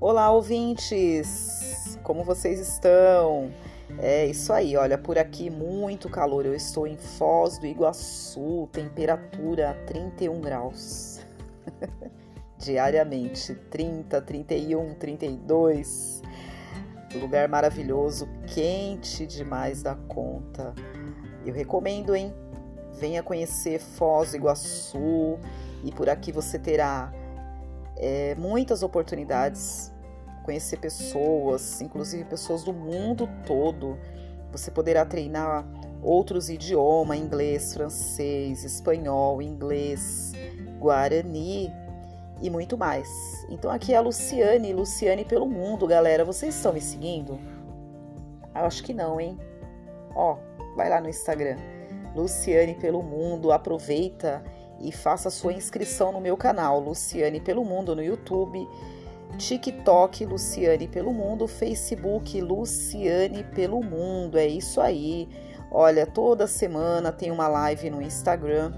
Olá, ouvintes! Como vocês estão? É isso aí, olha, por aqui muito calor. Eu estou em Foz do Iguaçu, temperatura 31 graus. Diariamente, 30, 31, 32. Lugar maravilhoso, quente demais da conta. Eu recomendo, hein? Venha conhecer Foz do Iguaçu e por aqui você terá muitas oportunidades, conhecer pessoas, inclusive pessoas do mundo todo. Você poderá treinar outros idiomas, inglês, francês, espanhol, inglês, guarani e muito mais. Então aqui é a Luciane pelo mundo, galera. Vocês estão me seguindo? Eu acho que não, hein? Ó, vai lá no Instagram, Luciane pelo mundo, aproveita e faça sua inscrição no meu canal, Luciane pelo mundo, no YouTube, TikTok, Luciane pelo mundo, Facebook, Luciane pelo mundo, é isso aí. Olha, toda semana tem uma live no Instagram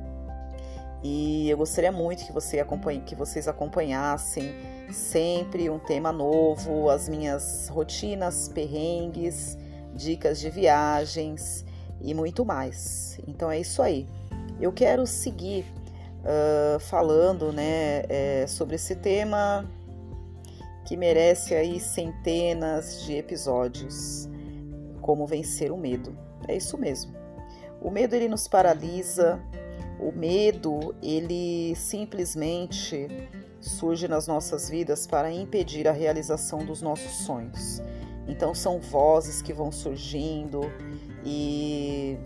e eu gostaria muito que vocês acompanhassem sempre um tema novo, as minhas rotinas, perrengues, dicas de viagens e muito mais. Então é isso aí. Eu quero seguir falando, sobre esse tema que merece aí centenas de episódios. Como vencer o medo. É isso mesmo. O medo, ele nos paralisa. O medo, ele simplesmente surge nas nossas vidas para impedir a realização dos nossos sonhos. Então são vozes que vão surgindo e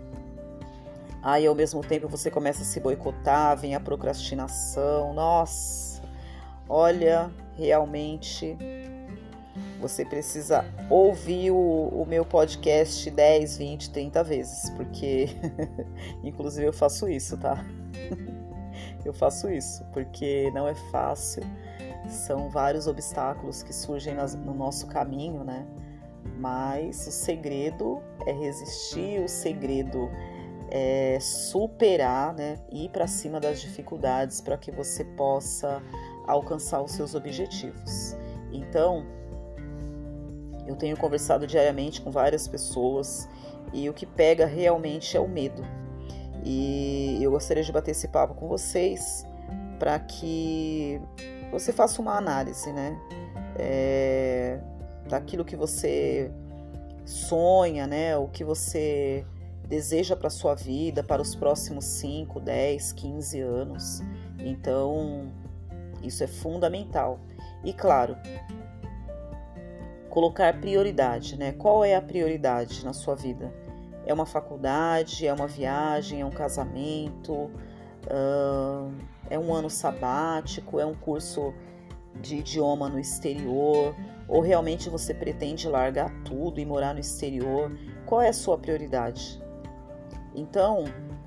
aí ao mesmo tempo você começa a se boicotar, vem a procrastinação. Nossa, olha, realmente você precisa ouvir o meu podcast 10, 20, 30 vezes, porque inclusive eu faço isso, tá? Eu faço isso, porque não é fácil, são vários obstáculos que surgem no nosso caminho, né? Mas o segredo é resistir, o segredo é superar, né? Ir para cima das dificuldades para que você possa alcançar os seus objetivos. Então, eu tenho conversado diariamente com várias pessoas e o que pega realmente é o medo. E eu gostaria de bater esse papo com vocês para que você faça uma análise, né? Daquilo que você sonha, né? O que você deseja para a sua vida, para os próximos 5, 10, 15 anos. Então, isso é fundamental. E claro, colocar prioridade, né? Qual é a prioridade na sua vida? É uma faculdade, é uma viagem, é um casamento, é um ano sabático, é um curso de idioma no exterior, ou realmente você pretende largar tudo e morar no exterior? Qual é a sua prioridade? Então,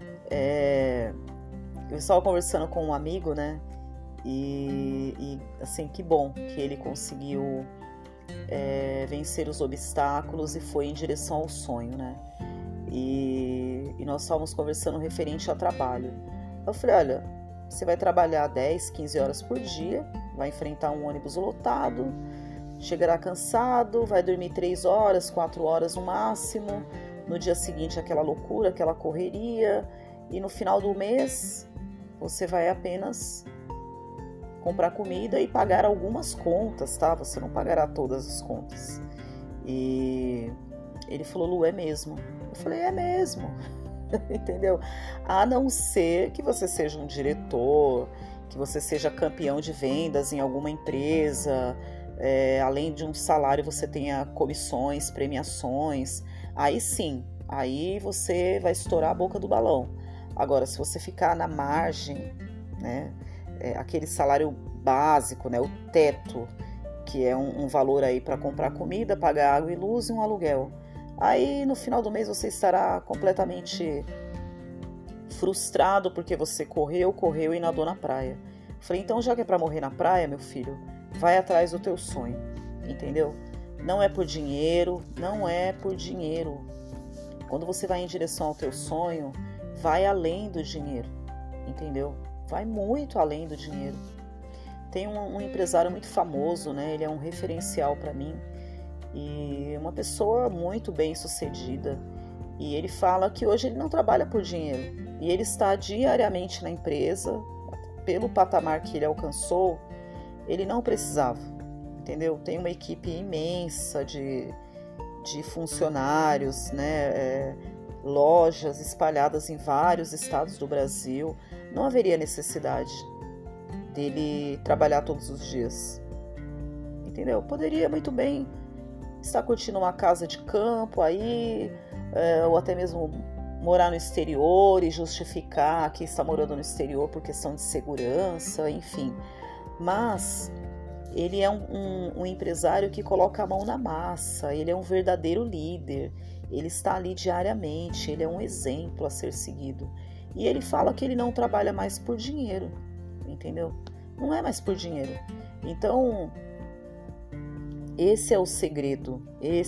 eu estava conversando com um amigo, né? E assim, que bom que ele conseguiu vencer os obstáculos e foi em direção ao sonho, né? E nós estávamos conversando referente ao trabalho. Eu falei, olha, você vai trabalhar 10, 15 horas por dia, vai enfrentar um ônibus lotado, chegará cansado, vai dormir 3 horas, 4 horas no máximo, no dia seguinte aquela loucura, aquela correria, e no final do mês você vai apenas comprar comida e pagar algumas contas, tá? Você não pagará todas as contas. E ele falou, Lu, é mesmo? Eu falei, é mesmo. Entendeu? A não ser que você seja um diretor, que você seja campeão de vendas em alguma empresa, além de um salário você tenha comissões, premiações, aí sim, aí você vai estourar a boca do balão. Agora, se você ficar na margem, né, aquele salário básico, né, o teto, que é um valor aí para comprar comida, pagar água e luz e um aluguel, aí no final do mês você estará completamente frustrado porque você correu e nadou na praia. Falei, então já que é para morrer na praia, meu filho, vai atrás do teu sonho, entendeu? Não é por dinheiro, não é por dinheiro. Quando você vai em direção ao teu sonho, vai além do dinheiro, entendeu? Vai muito além do dinheiro. tem um empresário muito famoso, né? Ele é um referencial para mim e uma pessoa muito bem sucedida. E ele fala que hoje ele não trabalha por dinheiro e ele está diariamente na empresa, pelo patamar que ele alcançou, ele não precisava, entendeu? Tem uma equipe imensa de funcionários, né? Lojas espalhadas em vários estados do Brasil. Não haveria necessidade dele trabalhar todos os dias, entendeu? Poderia muito bem estar curtindo uma casa de campo aí, ou até mesmo morar no exterior e justificar que está morando no exterior por questão de segurança, enfim. Mas ele é um empresário que coloca a mão na massa, ele é um verdadeiro líder, ele está ali diariamente, ele é um exemplo a ser seguido. E ele fala que ele não trabalha mais por dinheiro, entendeu? Não é mais por dinheiro. Então, esse é o segredo,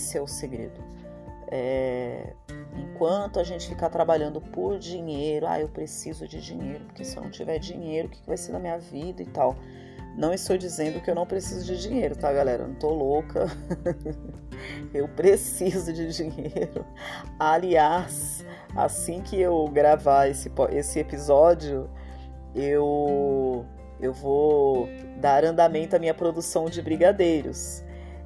enquanto a gente ficar trabalhando por dinheiro, eu preciso de dinheiro, porque se eu não tiver dinheiro, o que vai ser da minha vida e tal? Não estou dizendo que eu não preciso de dinheiro, tá, galera? Eu não tô louca. Eu preciso de dinheiro. Aliás, assim que eu gravar esse episódio, eu vou dar andamento à minha produção de brigadeiros.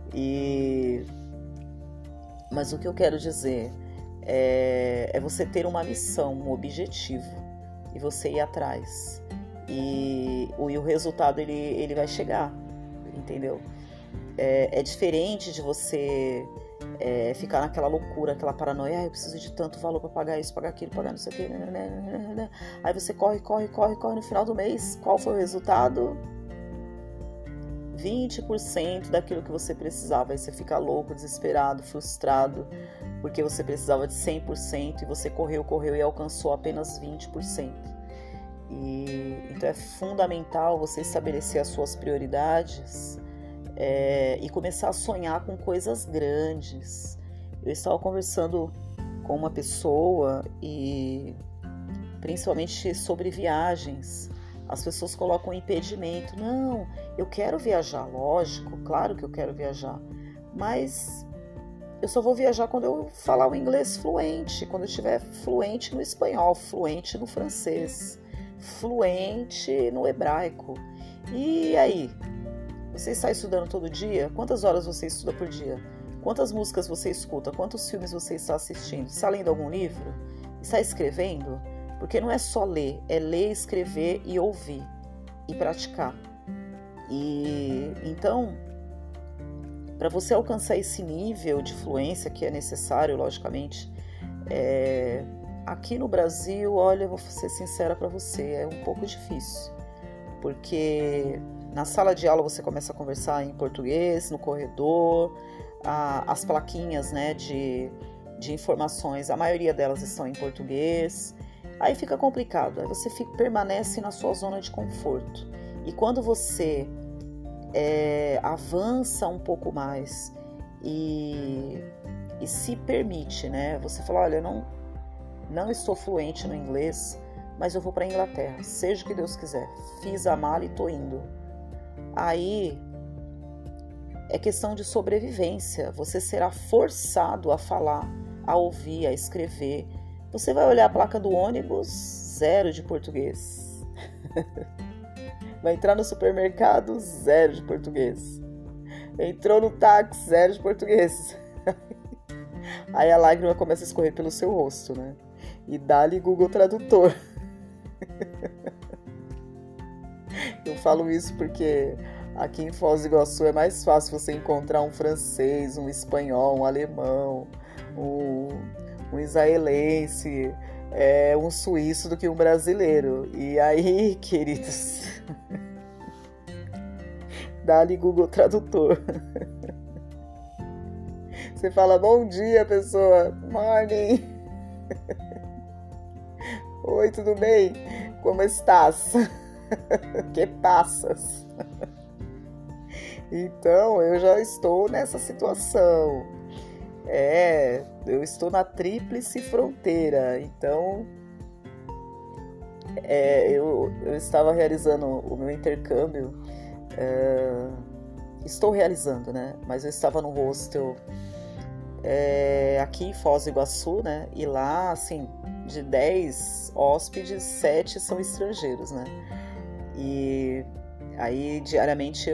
Mas o que eu quero dizer é você ter uma missão, um objetivo, e você ir atrás. E o resultado ele vai chegar, entendeu? É diferente de você ficar naquela loucura, aquela paranoia, eu preciso de tanto valor para pagar isso, pagar aquilo, pagar não sei o que, aí você corre no final do mês, qual foi o resultado? 20% daquilo que você precisava, aí você fica louco, desesperado, frustrado, porque você precisava de 100% e você correu e alcançou apenas 20%. Então é fundamental você estabelecer as suas prioridades e começar a sonhar com coisas grandes. Eu estava conversando com uma pessoa e principalmente sobre viagens. As pessoas colocam um impedimento. Não, eu quero viajar, lógico, claro que eu quero viajar, mas eu só vou viajar quando eu falar o inglês fluente, quando eu estiver fluente no espanhol, fluente no francês, fluente no hebraico. E aí? Você está estudando todo dia? Quantas horas você estuda por dia? Quantas músicas você escuta? Quantos filmes você está assistindo? Está lendo algum livro? Está escrevendo? Porque não é só ler, é ler, escrever e ouvir e praticar. Então, para você alcançar esse nível de fluência que é necessário, logicamente, aqui no Brasil, olha, eu vou ser sincera para você, é um pouco difícil. Porque na sala de aula você começa a conversar em português, no corredor, as plaquinhas, né, de informações, a maioria delas estão em português. Aí fica complicado, aí você permanece na sua zona de conforto. E quando você avança um pouco mais e se permite, né? Você fala, olha, eu não estou fluente no inglês, mas eu vou para a Inglaterra, seja o que Deus quiser. Fiz a mala e estou indo. Aí é questão de sobrevivência. Você será forçado a falar, a ouvir, a escrever. Você vai olhar a placa do ônibus, 0 de português. Vai entrar no supermercado, 0 de português. Entrou no táxi, 0 de português. Aí a lágrima começa a escorrer pelo seu rosto, né? E dá-lhe Google Tradutor. Eu falo isso porque aqui em Foz do Iguaçu é mais fácil você encontrar um francês, um espanhol, um alemão, um israelense, um suíço do que um brasileiro. E aí, queridos, dá-lhe Google Tradutor. Você fala, bom dia, pessoa. Morning. Oi, tudo bem? Como estás? Que passas? Então, eu já estou nessa situação. Eu estou na tríplice fronteira. Então, eu estava realizando o meu intercâmbio estou realizando, né? Mas eu estava no hostel aqui em Foz do Iguaçu, né? E lá, assim, de 10 hóspedes, 7 são estrangeiros, né? E aí, diariamente,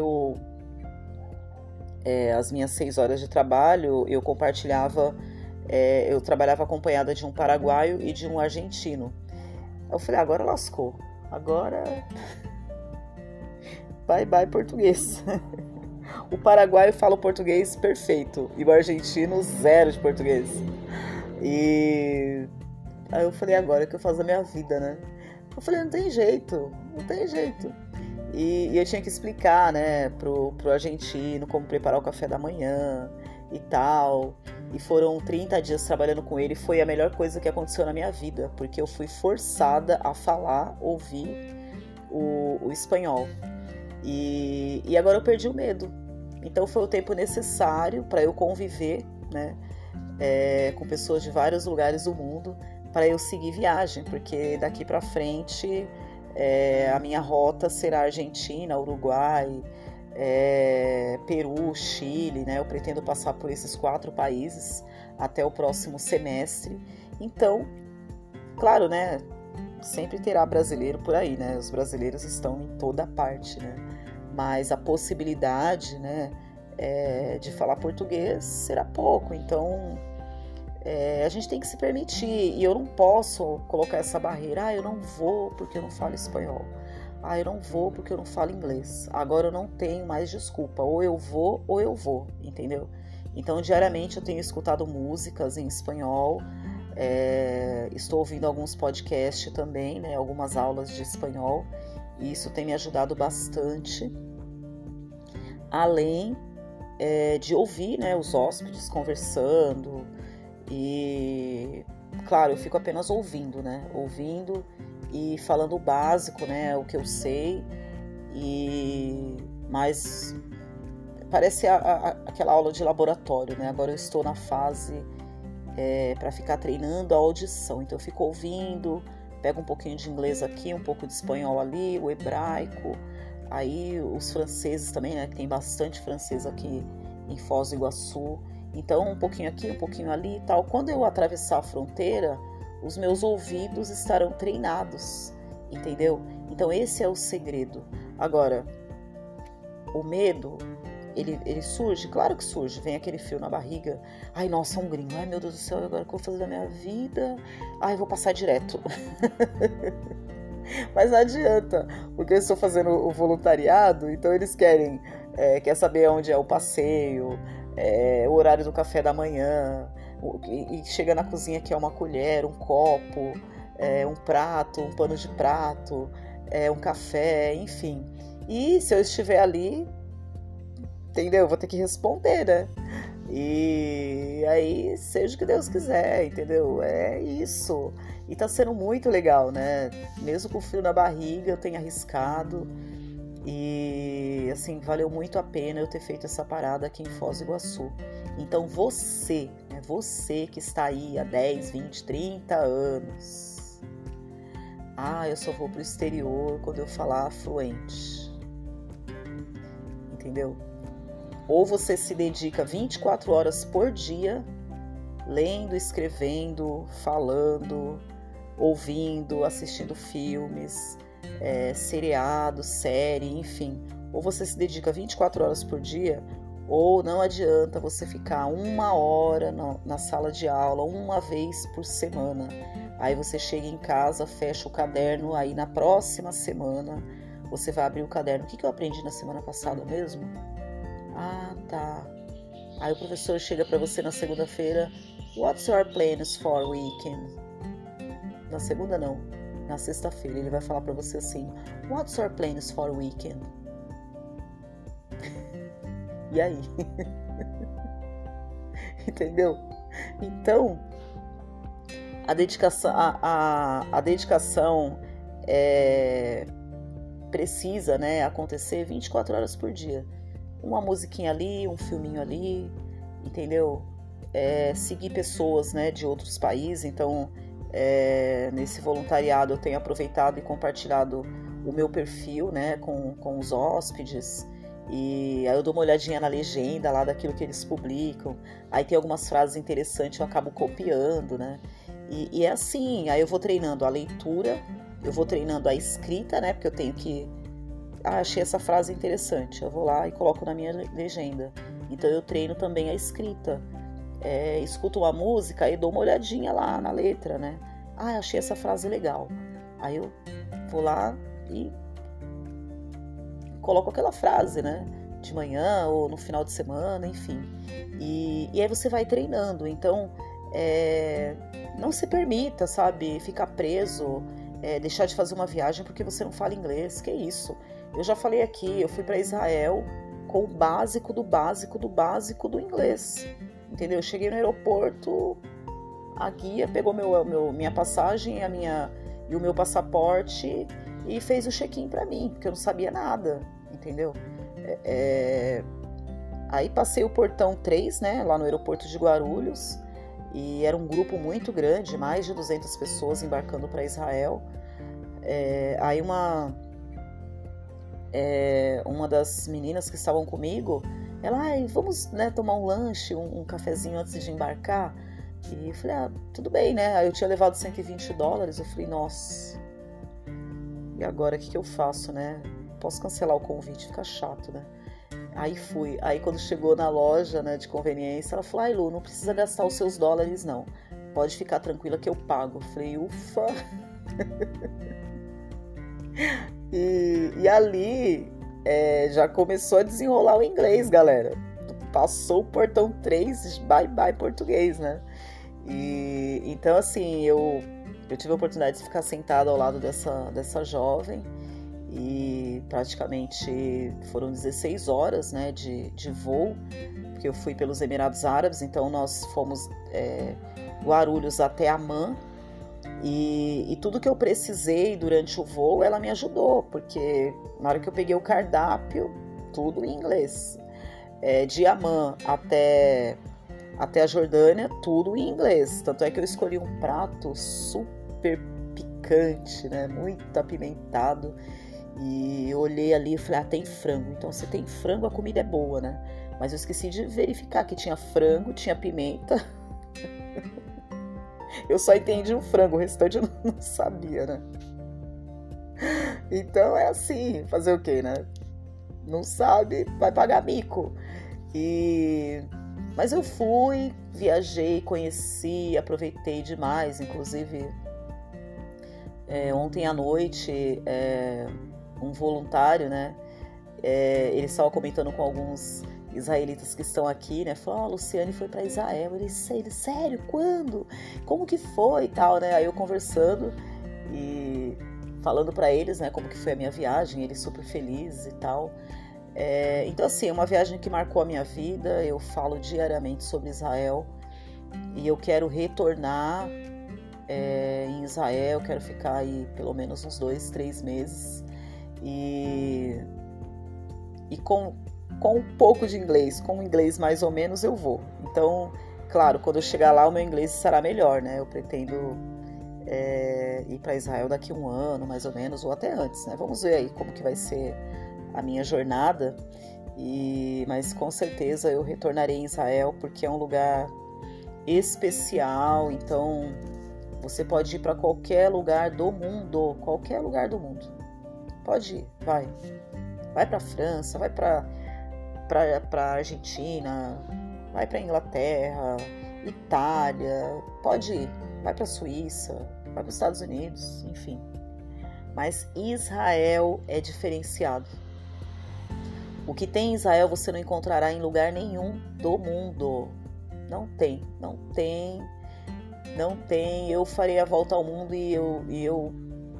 as minhas 6 horas de trabalho, eu compartilhava, eu trabalhava acompanhada de um paraguaio e de um argentino. Eu falei, agora lascou, agora bye português. O paraguaio fala o português perfeito e o argentino zero de português. E aí eu falei, agora que eu faço a minha vida, né? Eu falei, não tem jeito. E eu tinha que explicar, né, pro argentino como preparar o café da manhã e tal. E foram 30 dias trabalhando com ele. Foi a melhor coisa que aconteceu na minha vida, porque eu fui forçada a falar, ouvir o espanhol. E agora eu perdi o medo. Então foi o tempo necessário para eu conviver, né, com pessoas de vários lugares do mundo, para eu seguir viagem, porque daqui para frente a minha rota será Argentina, Uruguai, Peru, Chile, né? Eu pretendo passar por esses 4 países até o próximo semestre. Então, claro, né? Sempre terá brasileiro por aí, né? Os brasileiros estão em toda parte, né? Mas a possibilidade, né, de falar português será pouco. Então, a gente tem que se permitir. E eu não posso colocar essa barreira. Eu não vou porque eu não falo espanhol. Eu não vou porque eu não falo inglês. Agora eu não tenho mais desculpa. Ou eu vou, entendeu? Então, diariamente eu tenho escutado músicas em espanhol. Estou ouvindo alguns podcasts também, né? Algumas aulas de espanhol. E isso tem me ajudado bastante. Além de ouvir, né, os hóspedes conversando. E, claro, eu fico apenas ouvindo, né? Ouvindo e falando o básico, né? O que eu sei. Mas parece aquela aula de laboratório, né? Agora eu estou na fase para ficar treinando a audição. Então eu fico ouvindo, pego um pouquinho de inglês aqui, um pouco de espanhol ali, o hebraico. Aí os franceses também, né? Que tem bastante francês aqui em Foz do Iguaçu. Então, um pouquinho aqui, um pouquinho ali e tal. Quando eu atravessar a fronteira, os meus ouvidos estarão treinados, entendeu? Então, esse é o segredo. Agora, o medo, ele surge? Claro que surge. Vem aquele frio na barriga. Ai, nossa, um gringo. Ai, meu Deus do céu, agora o que eu vou fazer da minha vida? Ai, eu vou passar direto. Mas não adianta, porque eu estou fazendo o voluntariado, então eles quer saber onde é o passeio, o horário do café da manhã, e chega na cozinha que é uma colher, um copo, um prato, um pano de prato, um café, enfim. E se eu estiver ali, entendeu? Eu vou ter que responder, né? E aí, seja o que Deus quiser, entendeu? É isso. E tá sendo muito legal, né? Mesmo com o frio na barriga, eu tenho arriscado. E, assim, valeu muito a pena eu ter feito essa parada aqui em Foz do Iguaçu. Então, você, né? Você que está aí há 10, 20, 30 anos. Eu só vou pro exterior quando eu falar fluente. Entendeu? Ou você se dedica 24 horas por dia, lendo, escrevendo, falando, ouvindo, assistindo filmes, seriados, série, enfim. Ou você se dedica 24 horas por dia, ou não adianta você ficar 1 hora na sala de aula, 1 vez por semana. Aí você chega em casa, fecha o caderno, aí na próxima semana você vai abrir o caderno. O que eu aprendi na semana passada mesmo? Tá. Aí o professor chega para você na segunda-feira. What's your plans for weekend? Na segunda não. Na sexta-feira ele vai falar para você assim. What's your plans for weekend? E aí? Entendeu? Então, a dedicação precisa, né, acontecer 24 horas por dia. Uma musiquinha ali, um filminho ali, entendeu? Seguir pessoas, né, de outros países. Então, nesse voluntariado eu tenho aproveitado e compartilhado o meu perfil, né, com os hóspedes, e aí eu dou uma olhadinha na legenda lá daquilo que eles publicam, aí tem algumas frases interessantes, eu acabo copiando, né, e é assim, aí eu vou treinando a leitura, eu vou treinando a escrita, né, porque eu tenho que, achei essa frase interessante, eu vou lá e coloco na minha legenda, então eu treino também a escrita, escuto uma música e dou uma olhadinha lá na letra, né, achei essa frase legal, aí eu vou lá e coloco aquela frase, né? De manhã ou no final de semana, enfim. E aí você vai treinando. Então, não se permita, sabe, ficar preso, deixar de fazer uma viagem porque você não fala inglês. Que isso? Eu já falei aqui, eu fui para Israel com o básico do básico do básico do inglês. Entendeu? Eu cheguei no aeroporto, a guia pegou minha passagem e o meu passaporte e fez o check-in para mim, porque eu não sabia nada, entendeu? Aí passei o portão 3, né, lá no aeroporto de Guarulhos, e era um grupo muito grande, mais de 200 pessoas embarcando para Israel. Aí uma das meninas que estavam comigo, ela, vamos, né, tomar um lanche, um cafezinho antes de embarcar? E eu falei, tudo bem, né? Aí eu tinha levado $120, eu falei, nossa, e agora o que eu faço, né? Posso cancelar o convite, fica chato, né? Aí fui. Aí quando chegou na loja, né, de conveniência, ela falou, Lu, não precisa gastar os seus dólares, não. Pode ficar tranquila que eu pago. Eu falei, ufa! e ali já começou a desenrolar o inglês, galera. Passou o portão 3, bye português, né? E então, assim, eu tive a oportunidade de ficar sentada ao lado dessa jovem e praticamente foram 16 horas, né, de voo, porque eu fui pelos Emirados Árabes, então nós fomos Guarulhos até Amman e tudo que eu precisei durante o voo, ela me ajudou, porque na hora que eu peguei o cardápio, tudo em inglês. De Amman até a Jordânia, tudo em inglês. Tanto é que eu escolhi um prato super picante, né? Muito apimentado. E eu olhei ali e falei, tem frango. Então, se tem frango, a comida é boa, né? Mas eu esqueci de verificar que tinha frango, tinha pimenta. Eu só entendi o frango, o restante eu não sabia, né? Então, é assim, fazer o quê, né? Não sabe, vai pagar mico. Mas eu fui, viajei, conheci, aproveitei demais. Inclusive, ontem à noite, um voluntário, né? Ele estava comentando com alguns israelitas que estão aqui, né? Falou, a Luciane foi para Israel. Ele, sério? Quando? Como que foi e tal, né? Aí eu conversando e falando para eles, né? Como que foi a minha viagem. Eles super felizes e tal. Então, assim, é uma viagem que marcou a minha vida. Eu falo diariamente sobre Israel e eu quero retornar em Israel. Quero ficar aí pelo menos uns 2-3 meses e com um pouco de inglês, com o inglês mais ou menos eu vou. Então, claro, quando eu chegar lá o meu inglês será melhor, né? Eu pretendo ir para Israel daqui a um ano, mais ou menos, ou até antes, né? Vamos ver aí como que vai ser a minha jornada, mas com certeza eu retornarei em Israel porque é um lugar especial. Então você pode ir para qualquer lugar do mundo, pode ir, vai para França, vai para Argentina, vai para Inglaterra, Itália, pode ir, vai para Suíça, vai para os Estados Unidos, enfim. Mas Israel é diferenciado. O que tem em Israel você não encontrará em lugar nenhum do mundo. Não tem. Eu farei a volta ao mundo e eu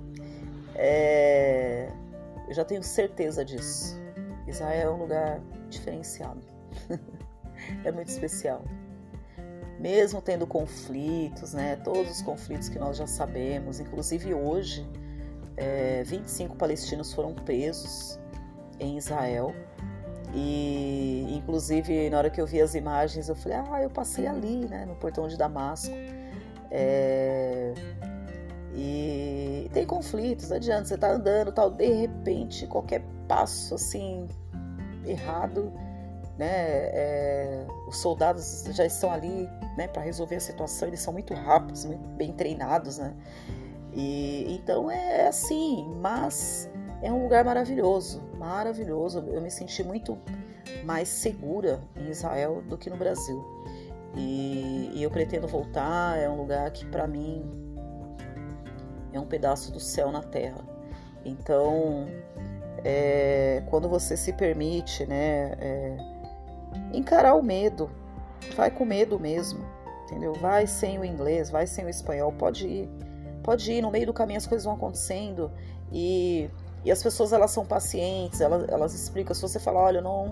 já tenho certeza disso. Israel é um lugar diferenciado. É muito especial. Mesmo tendo conflitos, né? Todos os conflitos que nós já sabemos. Inclusive hoje, 25 palestinos foram presos em Israel. E inclusive na hora que eu vi as imagens eu falei, eu passei ali, né, no portão de Damasco, E tem conflitos, não adianta, você tá andando, tal, de repente, qualquer passo assim errado, né, os soldados já estão ali, né, para resolver a situação, eles são muito rápidos, muito bem treinados, né, e então é assim, mas é um lugar maravilhoso, eu me senti muito mais segura em Israel do que no Brasil, e eu pretendo voltar, é um lugar que para mim é um pedaço do céu na terra. Então, quando você se permite, né, encarar o medo, vai com medo mesmo, entendeu? Vai sem o inglês, vai sem o espanhol, pode ir, no meio do caminho as coisas vão acontecendo e as pessoas, elas são pacientes, elas explicam. Se você falar, olha, eu não...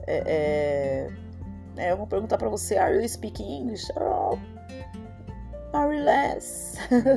eu vou perguntar pra você, are you speaking English? Oh, not less.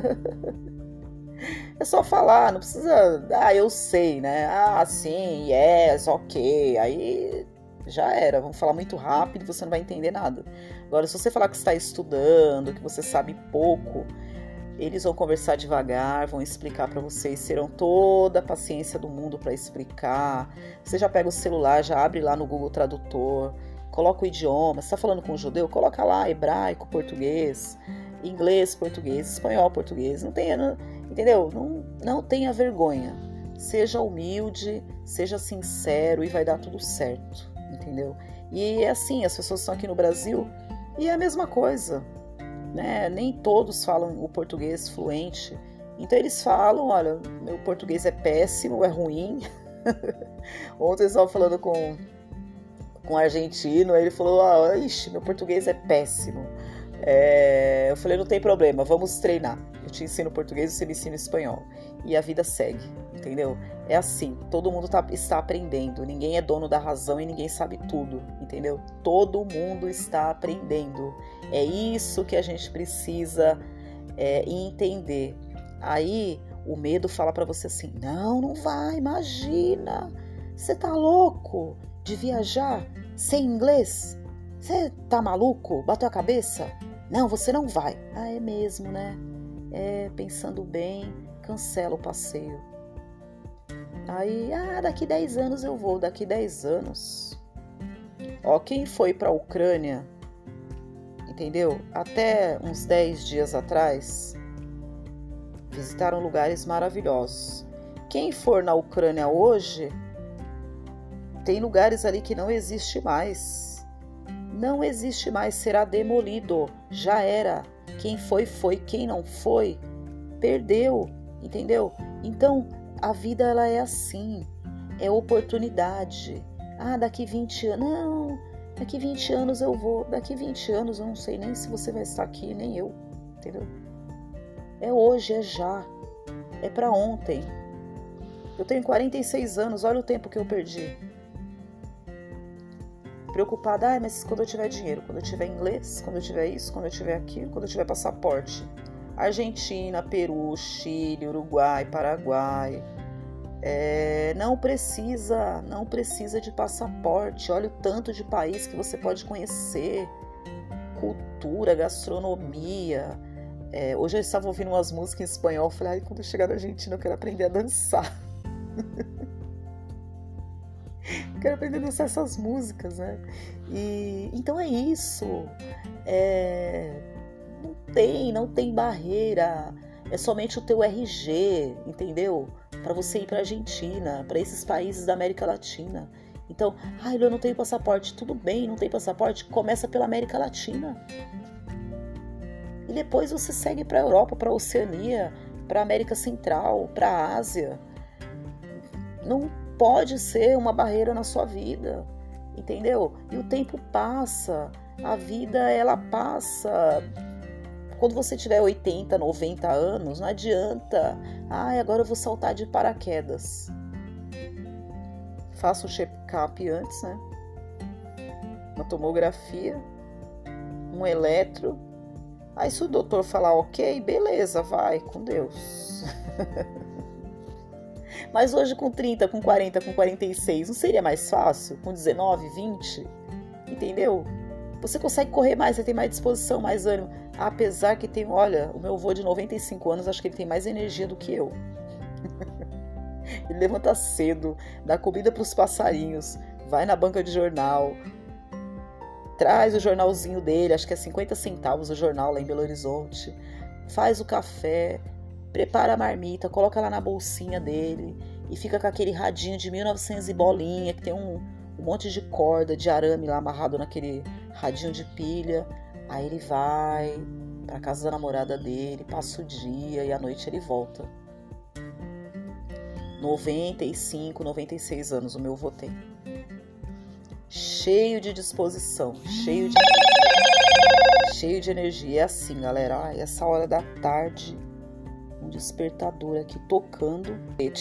É só falar, não precisa... eu sei, né? Sim, yes, ok. Aí já era, vamos falar muito rápido e você não vai entender nada. Agora, se você falar que está estudando, que você sabe pouco, eles vão conversar devagar, vão explicar para vocês, terão toda a paciência do mundo para explicar. Você já pega o celular, já abre lá no Google Tradutor, coloca o idioma. Você está falando com um judeu? Coloca lá hebraico, português, inglês, português, espanhol, português. Não tenha... Entendeu? Não tenha vergonha. Seja humilde, seja sincero e vai dar tudo certo. Entendeu? E é assim, as pessoas estão aqui no Brasil e é a mesma coisa, né? Nem todos falam o português fluente. Então eles falam, olha, meu português é péssimo, é ruim. Ontem eu estava falando com um argentino, aí ele falou, ixi, meu português é péssimo. Eu falei, não tem problema, vamos treinar. Eu te ensino português e você me ensina espanhol. E a vida segue, entendeu? É assim, todo mundo está aprendendo. Ninguém é dono da razão e ninguém sabe tudo, entendeu? Todo mundo está aprendendo. É isso que a gente precisa entender. Aí o medo fala pra você assim, não vai, imagina. Você tá louco de viajar sem inglês? Você tá maluco? Bateu a cabeça? Não, você não vai. É mesmo, né? Pensando bem, cancela o passeio. Aí, daqui 10 anos eu vou, daqui 10 anos. Quem foi pra Ucrânia, entendeu? Até uns 10 dias atrás, visitaram lugares maravilhosos. Quem for na Ucrânia hoje, tem lugares ali que não existe mais. Não existe mais, será demolido, já era. Quem foi, quem não foi, perdeu, entendeu? Então, a vida ela é assim, é oportunidade. Daqui 20 anos, não, daqui 20 anos eu vou, daqui 20 anos eu não sei nem se você vai estar aqui, nem eu, entendeu? É hoje, é já, é pra ontem. Eu tenho 46 anos, olha o tempo que eu perdi. Preocupada, mas quando eu tiver dinheiro, quando eu tiver inglês, quando eu tiver isso, quando eu tiver aquilo, quando eu tiver passaporte. Argentina, Peru, Chile, Uruguai, Paraguai. Não precisa de passaporte. Olha o tanto de país que você pode conhecer. Cultura, gastronomia. Hoje eu estava ouvindo umas músicas em espanhol. Falei, quando eu chegar na Argentina eu quero aprender a dançar. Quero aprender a dançar essas músicas, né? Então é isso. Não tem barreira. É somente o teu RG, entendeu? Para você ir para a Argentina, para esses países da América Latina. Então, eu não tenho passaporte. Tudo bem, não tem passaporte? Começa pela América Latina. E depois você segue para a Europa, para a Oceania, para a América Central, para a Ásia. Não pode ser uma barreira na sua vida, entendeu? E o tempo passa, a vida ela passa. Quando você tiver 80, 90 anos, não adianta. Agora eu vou saltar de paraquedas. Faça o check-up antes, né? Uma tomografia, um eletro. Aí se o doutor falar ok, beleza, vai, com Deus. Mas hoje com 30, com 40, com 46, não seria mais fácil? Com 19, 20? Entendeu? Você consegue correr mais, você tem mais disposição, mais ânimo. Apesar que tem, olha, o meu avô de 95 anos, acho que ele tem mais energia do que eu. Ele levanta cedo, dá comida para os passarinhos, vai na banca de jornal, traz o jornalzinho dele, acho que é 50 centavos o jornal lá em Belo Horizonte, faz o café, prepara a marmita, coloca lá na bolsinha dele e fica com aquele radinho de 1900 e bolinha, que tem um monte de corda, de arame lá amarrado naquele radinho de pilha. Aí ele vai pra casa da namorada dele, passa o dia e à noite ele volta. 95, 96 anos o meu avô tem. Cheio de disposição, cheio de energia. É assim, galera, essa hora da tarde, um despertador aqui tocando.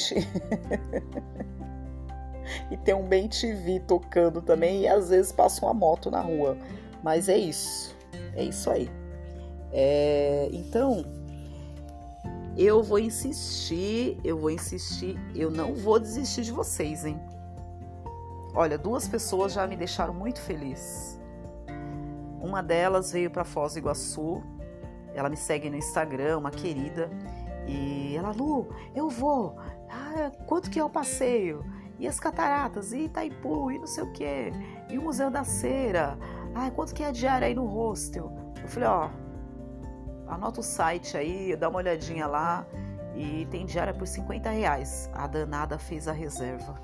E tem um Bem TV tocando também, e às vezes passa uma moto na rua. Mas é isso aí. Então, eu vou insistir, eu não vou desistir de vocês, hein? Olha, 2 pessoas já me deixaram muito feliz. Uma delas veio para Foz do Iguaçu, ela me segue no Instagram, uma querida, e ela, Lu, eu vou, quanto que é o passeio? E as cataratas, e Itaipu, e não sei o quê, e o Museu da Cera, quanto que é a diária aí no hostel? Eu falei, anota o site aí, dá uma olhadinha lá, e tem diária por R$50. A danada fez a reserva.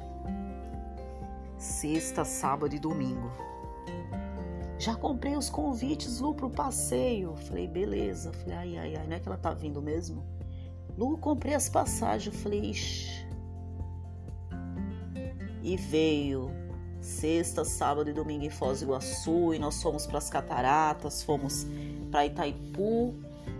Sexta, sábado e domingo. Já comprei os convites, Lu, pro passeio. Falei, beleza. Falei, ai, não é que ela tá vindo mesmo? Lu, comprei as passagens. Falei, ixi. E veio sexta, sábado e domingo em Foz do Iguaçu, e nós fomos para as cataratas, fomos para Itaipu,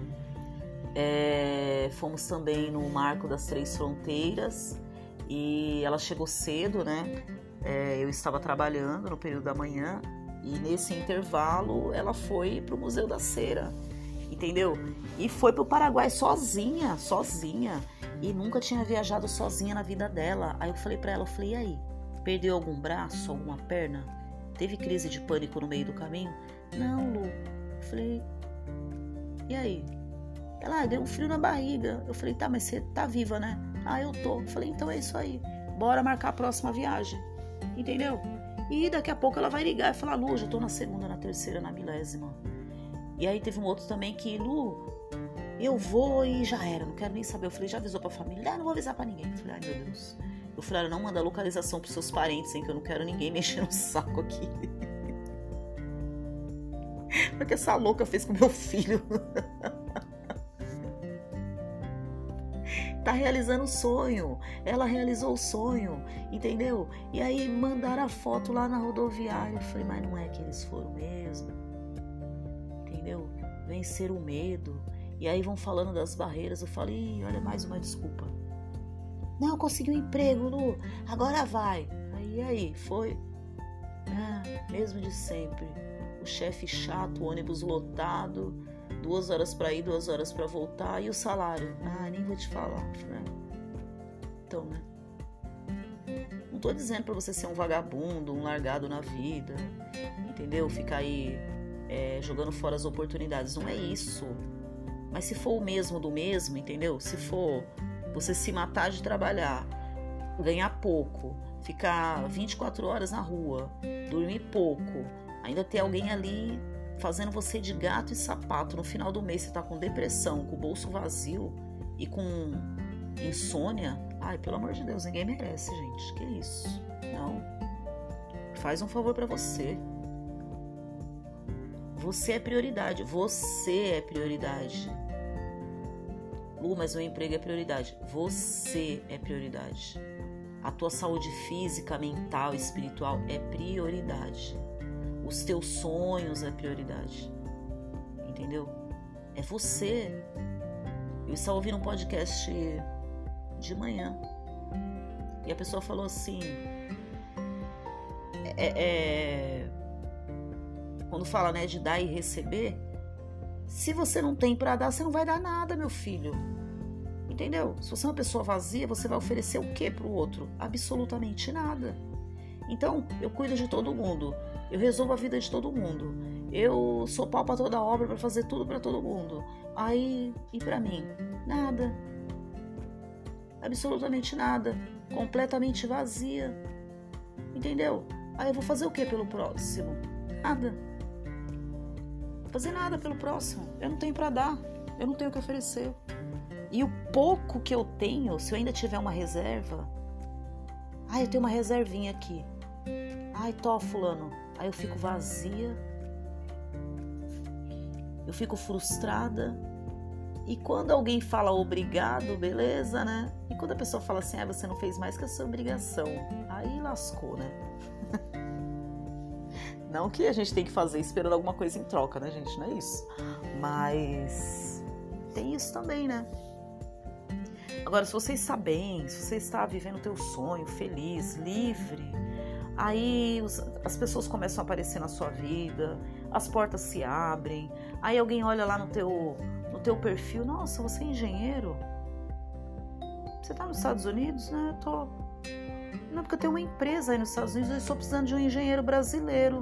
fomos também no Marco das Três Fronteiras, e ela chegou cedo, né? Eu estava trabalhando no período da manhã, e nesse intervalo ela foi para o Museu da Cera, entendeu? E foi para o Paraguai sozinha, e nunca tinha viajado sozinha na vida dela. Aí eu falei para ela, e aí? Perdeu algum braço, alguma perna? Teve crise de pânico no meio do caminho? Não, Lu. Eu falei, e aí? Ela, deu um frio na barriga. Eu falei, tá, mas você tá viva, né? Eu tô. Eu falei, então é isso aí. Bora marcar a próxima viagem. Entendeu? E daqui a pouco ela vai ligar e falar, Lu, já tô na segunda, na terceira, na 1000ª. E aí teve um outro também que, Lu, eu vou e já era, não quero nem saber. Eu falei, já avisou pra família? Não vou avisar pra ninguém. Eu falei, ai meu Deus. Eu falei, não manda localização pros seus parentes, hein, que eu não quero ninguém mexer no saco aqui. O que essa louca fez com meu filho? Tá realizando o sonho. Ela realizou o sonho, entendeu? E aí mandaram a foto lá na rodoviária. Eu falei, mas não é que eles foram mesmo? Entendeu? Vencer o medo. E aí vão falando das barreiras. Eu falei, olha, mais uma desculpa. Não, consegui um emprego, Lu. Agora vai. Aí, foi. Mesmo de sempre. O chefe chato, o ônibus lotado, 2 horas pra ir, 2 horas pra voltar. E o salário? Nem vou te falar. Então, né? Não tô dizendo pra você ser um vagabundo, um largado na vida, entendeu? Ficar aí jogando fora as oportunidades. Não é isso. Mas se for o mesmo do mesmo, entendeu? Se for você se matar de trabalhar, ganhar pouco, ficar 24 horas na rua, dormir pouco, ainda ter alguém ali fazendo você de gato e sapato, no final do mês você tá com depressão, com o bolso vazio e com insônia, pelo amor de Deus, ninguém merece, gente. Que isso? Não. Faz um favor pra você. Você é prioridade. Você é prioridade. Lu, mas o emprego é prioridade. Você é prioridade. A tua saúde física, mental, espiritual é prioridade. Os teus sonhos é prioridade. Entendeu? É você. Eu estava ouvindo um podcast de manhã e a pessoa falou assim, quando fala, né, de dar e receber, se você não tem para dar, você não vai dar nada, meu filho. Entendeu? Se você é uma pessoa vazia, você vai oferecer o que pro outro? Absolutamente nada. Então, eu cuido de todo mundo. Eu resolvo a vida de todo mundo. Eu sou pau pra toda obra, pra fazer tudo pra todo mundo. Aí, e pra mim? Nada. Absolutamente nada. Completamente vazia. Entendeu? Aí eu vou fazer o que pelo próximo? Nada. Vou fazer nada pelo próximo. Eu não tenho pra dar. Eu não tenho o que oferecer. E o pouco que eu tenho, se eu ainda tiver uma reserva... eu tenho uma reservinha aqui. Fulano. Aí eu fico vazia. Eu fico frustrada. E quando alguém fala obrigado, beleza, né? E quando a pessoa fala assim, você não fez mais que a sua obrigação. Aí lascou, né? Não que a gente tem que fazer esperando alguma coisa em troca, né, gente? Não é isso. Mas tem isso também, né? Agora, se você está bem, se você está vivendo o teu sonho, feliz, livre, aí as pessoas começam a aparecer na sua vida, as portas se abrem, aí alguém olha lá no teu perfil, nossa, você é engenheiro? Você está nos Estados Unidos, né? Eu tô... Não, porque eu tenho uma empresa aí nos Estados Unidos, eu estou precisando de um engenheiro brasileiro.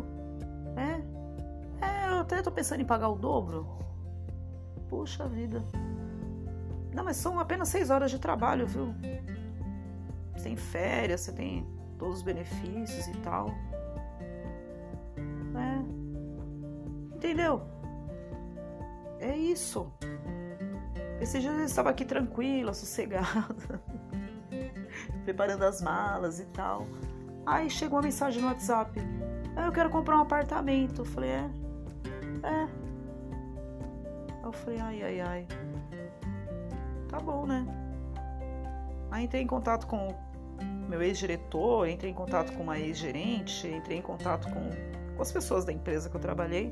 Eu até estou pensando em pagar o dobro. Puxa vida. Não, mas são apenas 6 horas de trabalho, viu? Você tem férias, você tem todos os benefícios e tal. Entendeu? É isso. Esses dias eu estava aqui tranquila, sossegada, preparando as malas e tal. Aí chegou uma mensagem no WhatsApp. Eu quero comprar um apartamento. Eu falei, Eu falei, ai. Tá bom, né? Aí entrei em contato com meu ex-diretor, entrei em contato com uma ex-gerente, entrei em contato com as pessoas da empresa que eu trabalhei.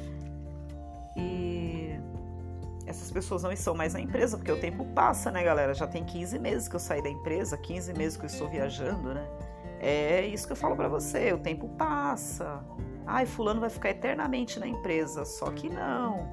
E essas pessoas não estão mais na empresa, porque o tempo passa, né, galera? Já tem 15 meses que eu saí da empresa, 15 meses que eu estou viajando, né? É isso que eu falo pra você, o tempo passa. Fulano vai ficar eternamente na empresa, só que não.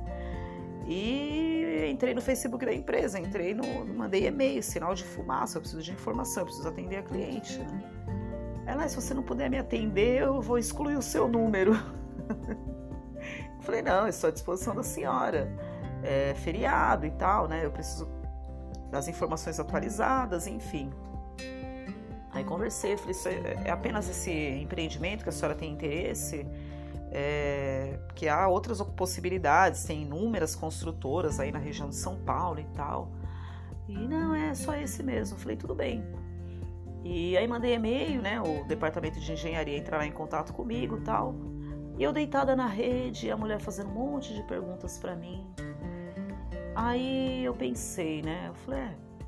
E entrei no Facebook da empresa, mandei e-mail, sinal de fumaça, eu preciso de informação, eu preciso atender a cliente, né? Se você não puder me atender, eu vou excluir o seu número. Eu falei, não, eu estou à disposição da senhora. É feriado e tal, né? Eu preciso das informações atualizadas, enfim. Aí conversei, falei, isso é apenas esse empreendimento que a senhora tem interesse? Porque há outras possibilidades, tem inúmeras construtoras aí na região de São Paulo e tal. E não, é só esse mesmo. Eu falei, tudo bem. E aí mandei e-mail, né? O departamento de engenharia entrará em contato comigo e tal. E eu deitada na rede, a mulher fazendo um monte de perguntas pra mim. Aí eu pensei, né? Eu falei,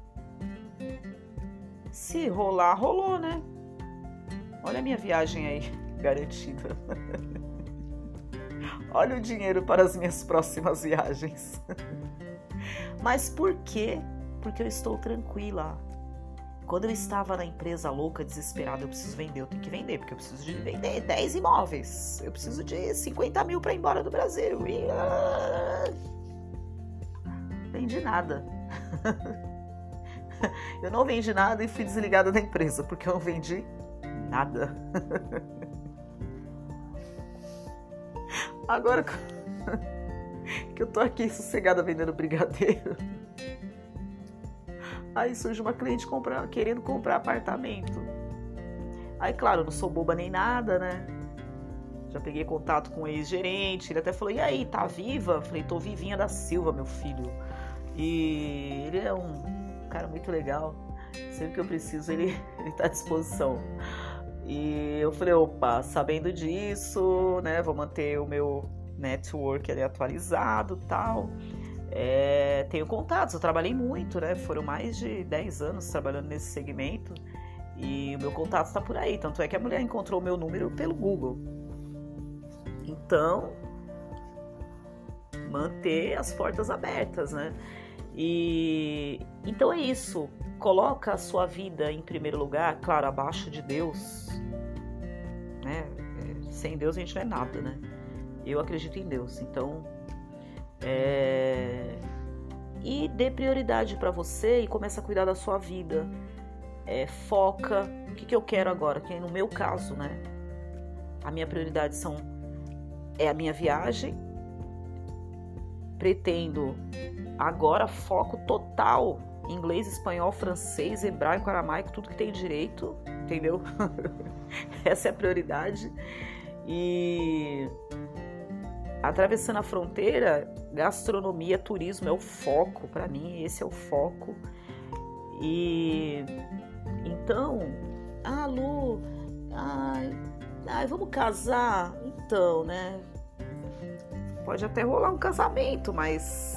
se rolar, rolou, né? Olha a minha viagem aí, garantida. Olha o dinheiro para as minhas próximas viagens. Mas por quê? Porque eu estou tranquila. Quando eu estava na empresa louca, desesperada, eu preciso vender, eu tenho que vender, porque eu preciso de vender 10 imóveis. Eu preciso de 50 mil para ir embora do Brasil. E... vendi nada. Eu não vendi nada e fui desligada da empresa, porque eu não vendi nada. Agora que eu tô aqui sossegada vendendo brigadeiro, aí surge uma cliente querendo comprar apartamento. Aí, claro, eu não sou boba nem nada, né? Já peguei contato com o ex-gerente, ele até falou, e aí, tá viva? Eu falei, tô vivinha da Silva, meu filho. E ele é um cara muito legal, sempre que eu preciso ele tá à disposição. E eu falei, opa, sabendo disso, né, vou manter o meu network ali atualizado e tal. Tenho contatos, eu trabalhei muito, né, foram mais de 10 anos trabalhando nesse segmento e o meu contato está por aí, tanto é que a mulher encontrou o meu número pelo Google. Então, manter as portas abertas, né? E então é isso, coloca a sua vida em primeiro lugar, claro, abaixo de Deus, né? Sem Deus a gente não é nada, né? Eu acredito em Deus, então e dê prioridade para você e começa a cuidar da sua vida. Foca, o que eu quero agora, que no meu caso, né? A minha prioridade é a minha viagem. Pretendo agora foco total em inglês, espanhol, francês, hebraico, aramaico, tudo que tem direito, entendeu? Essa é a prioridade. E atravessando a fronteira, gastronomia, turismo é o foco para mim, esse é o foco. E então, Lu, vamos casar? Então, né? Pode até rolar um casamento, mas...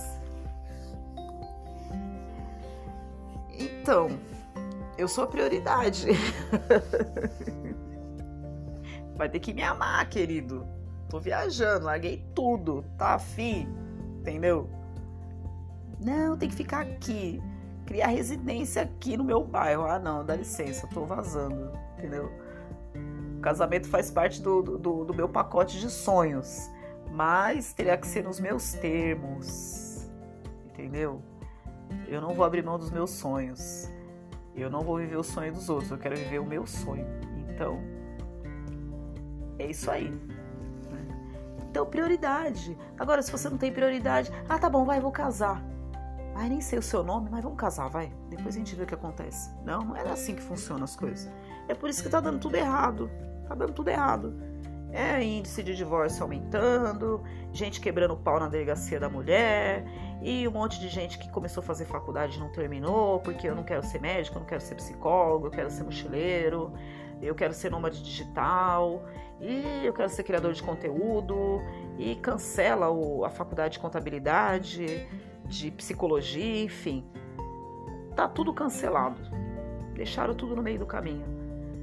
Então, eu sou a prioridade. Vai ter que me amar, querido. Tô viajando, larguei tudo, tá afim? Entendeu? Não, tem que ficar aqui. Criar residência aqui no meu bairro. Ah, não, dá licença, tô vazando, entendeu? O casamento faz parte do meu pacote de sonhos, mas teria que ser nos meus termos, entendeu? Eu não vou abrir mão dos meus sonhos. Eu não vou viver o sonho dos outros, eu quero viver o meu sonho. Então, é isso aí. Então, prioridade. Agora, se você não tem prioridade, tá bom, vou casar. Nem sei o seu nome, mas vamos casar, vai. Depois a gente vê o que acontece. Não é assim que funcionam as coisas. É por isso que tá dando tudo errado. Tá dando tudo errado. É índice de divórcio aumentando, gente quebrando o pau na delegacia da mulher, e um monte de gente que começou a fazer faculdade e não terminou, porque eu não quero ser médico, eu não quero ser psicólogo, eu quero ser mochileiro, eu quero ser nômade digital, e eu quero ser criador de conteúdo, e cancela a faculdade de contabilidade, de psicologia, enfim. Tá tudo cancelado. Deixaram tudo no meio do caminho.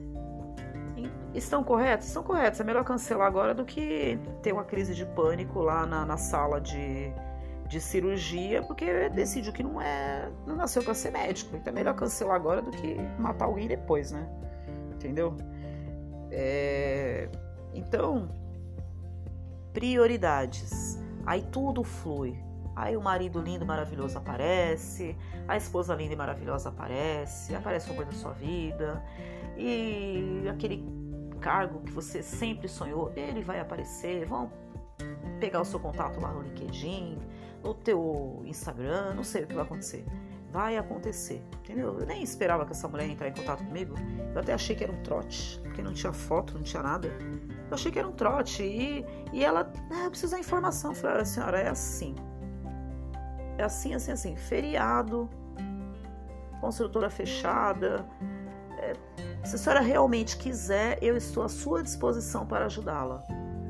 Estão corretos? Estão corretos. É melhor cancelar agora do que ter uma crise de pânico lá na sala de cirurgia, porque decidiu que não nasceu para ser médico. Então é melhor cancelar agora do que matar alguém depois, né? Entendeu? Então, prioridades. Aí tudo flui. Aí o marido lindo e maravilhoso aparece, a esposa linda e maravilhosa aparece o amor da sua vida, e aquele cargo que você sempre sonhou, ele vai aparecer. Vão pegar o seu contato lá no LinkedIn, no teu Instagram, não sei o que vai acontecer. Vai acontecer, entendeu? Eu nem esperava que essa mulher ia entrar em contato comigo. Eu até achei que era um trote, porque não tinha foto, não tinha nada. Eu achei que era um trote. E ela, precisa da informação. Eu falei, senhora, é assim. É assim, assim, assim. Feriado, construtora fechada. Se a senhora realmente quiser, eu estou à sua disposição para ajudá-la.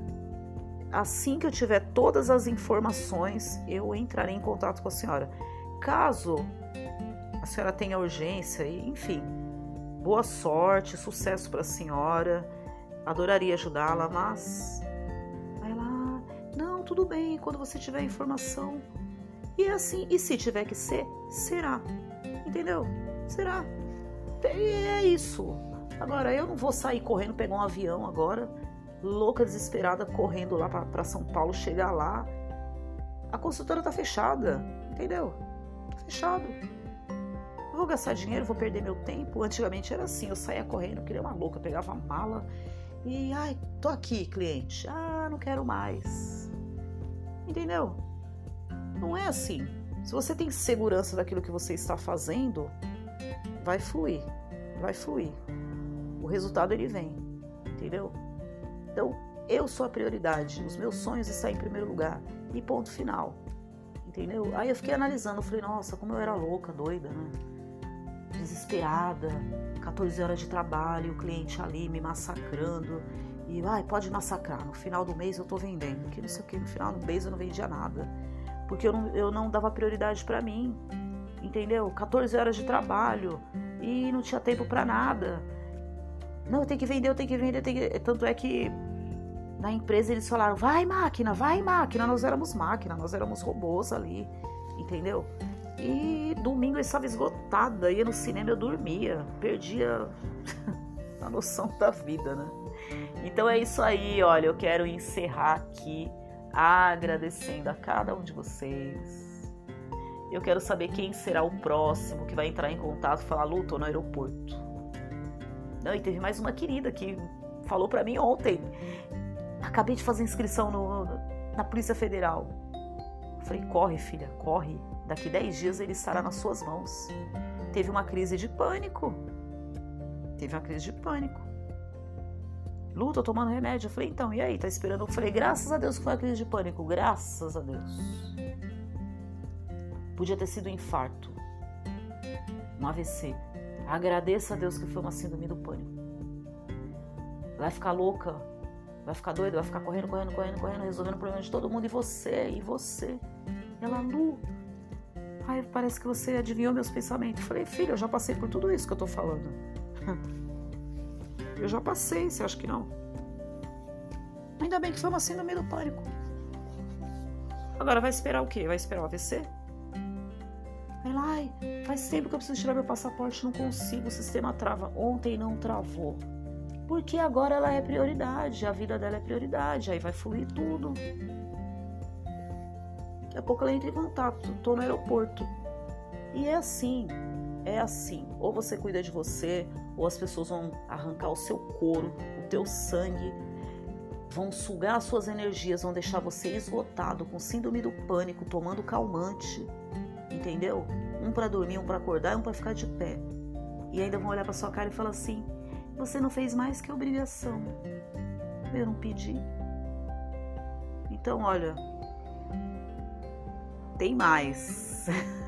Assim que eu tiver todas as informações, eu entrarei em contato com a senhora. Caso a senhora tenha urgência, enfim, boa sorte, sucesso para a senhora. Adoraria ajudá-la, mas... Vai lá, não, tudo bem, quando você tiver informação. E é assim, e se tiver que ser, será. Entendeu? Será. E é isso. Agora, eu não vou sair correndo, pegar um avião agora, louca, desesperada, correndo lá para São Paulo, chegar lá. A consultora tá fechada, entendeu? Tá fechado. Eu vou gastar dinheiro, vou perder meu tempo. Antigamente era assim, eu saía correndo, queria uma louca, pegava a mala e, tô aqui, cliente. Não quero mais. Entendeu? Não é assim. Se você tem segurança daquilo que você está fazendo, vai fluir. Vai fluir. O resultado, ele vem. Entendeu? Então, eu sou a prioridade. Os meus sonhos estão em primeiro lugar. E ponto final. Entendeu? Aí eu fiquei analisando. Eu falei, nossa, como eu era louca, doida, né? Desesperada. 14 horas de trabalho. O cliente ali me massacrando. E, pode massacrar. No final do mês eu tô vendendo. Que não sei o que. No final do mês eu não vendia nada. Porque eu não dava prioridade pra mim. Entendeu? 14 horas de trabalho. E não tinha tempo pra nada. Não, eu tenho que vender. Tanto é que na empresa eles falaram, vai máquina. Nós éramos máquina, nós éramos robôs ali, entendeu? E domingo eu estava esgotada, ia no cinema, eu dormia, perdia a noção da vida, né? Então é isso aí, olha, eu quero encerrar aqui agradecendo a cada um de vocês. Eu quero saber quem será o próximo que vai entrar em contato e falar, Lu, tô no aeroporto. Não, e teve mais uma querida que falou pra mim ontem. Acabei de fazer inscrição na Polícia Federal. Eu falei, corre, filha, corre. Daqui 10 dias ele estará nas suas mãos. Teve uma crise de pânico. Lu, tô tomando remédio. Eu falei, então, e aí? Tá esperando? Eu falei, graças a Deus que foi a crise de pânico. Graças a Deus. Podia ter sido um infarto. Um AVC. Agradeça a Deus que foi uma síndrome do pânico. Vai ficar louca. Vai ficar doida. Vai ficar correndo, resolvendo o problema de todo mundo. E você? Ela, Lu. Ai, parece que você adivinhou meus pensamentos. Eu falei, filha, eu já passei por tudo isso que eu tô falando. Eu já passei, você acha que não? Ainda bem que foi uma síndrome do pânico. Agora vai esperar o quê? Vai esperar o AVC? Vai lá, ai, faz tempo que eu preciso tirar meu passaporte, não consigo, o sistema trava. Ontem não travou. Porque agora ela é prioridade, a vida dela é prioridade, aí vai fluir tudo. Daqui a pouco ela entra em contato, tô no aeroporto. E é assim. Ou você cuida de você, ou as pessoas vão arrancar o seu couro, o teu sangue, vão sugar as suas energias, vão deixar você esgotado, com síndrome do pânico, tomando calmante, entendeu? Um pra dormir, um pra acordar e um pra ficar de pé. E ainda vão olhar pra sua cara e falar assim, você não fez mais que obrigação. Eu não pedi. Então, olha, tem mais.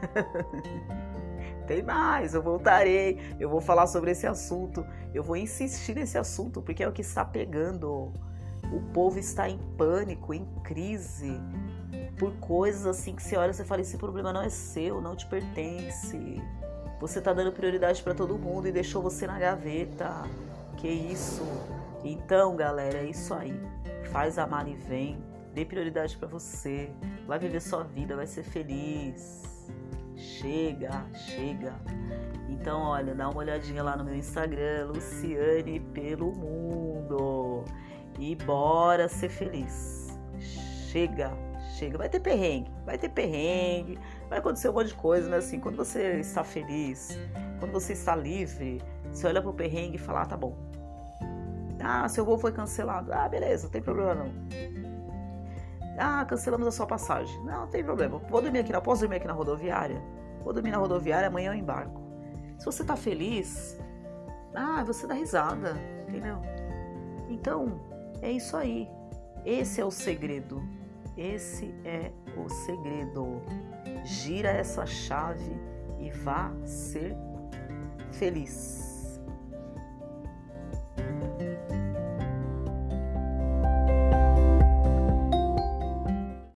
Tem mais, eu voltarei, eu vou falar sobre esse assunto, eu vou insistir nesse assunto, porque é o que está pegando. O povo está em pânico, em crise, por coisas assim que você olha e você fala, esse problema não é seu, não te pertence. Você está dando prioridade para todo mundo e deixou você na gaveta. Que isso? Então, galera, é isso aí. Faz amar e vem, dê prioridade para você, vai viver sua vida, vai ser feliz. Chega. Então, olha, dá uma olhadinha lá no meu Instagram, Luciane pelo Mundo. E bora ser feliz. Chega. Vai ter perrengue, vai acontecer um monte de coisa, mas assim, quando você está feliz, quando você está livre, você olha pro perrengue e fala, tá bom. Seu voo foi cancelado. Beleza, não tem problema não. Cancelamos a sua passagem. Não tem problema. Posso dormir aqui na rodoviária? Vou dormir na rodoviária, amanhã eu embarco. Se você tá feliz, você dá risada, entendeu? Então, é isso aí. Esse é o segredo. Gira essa chave e vá ser feliz.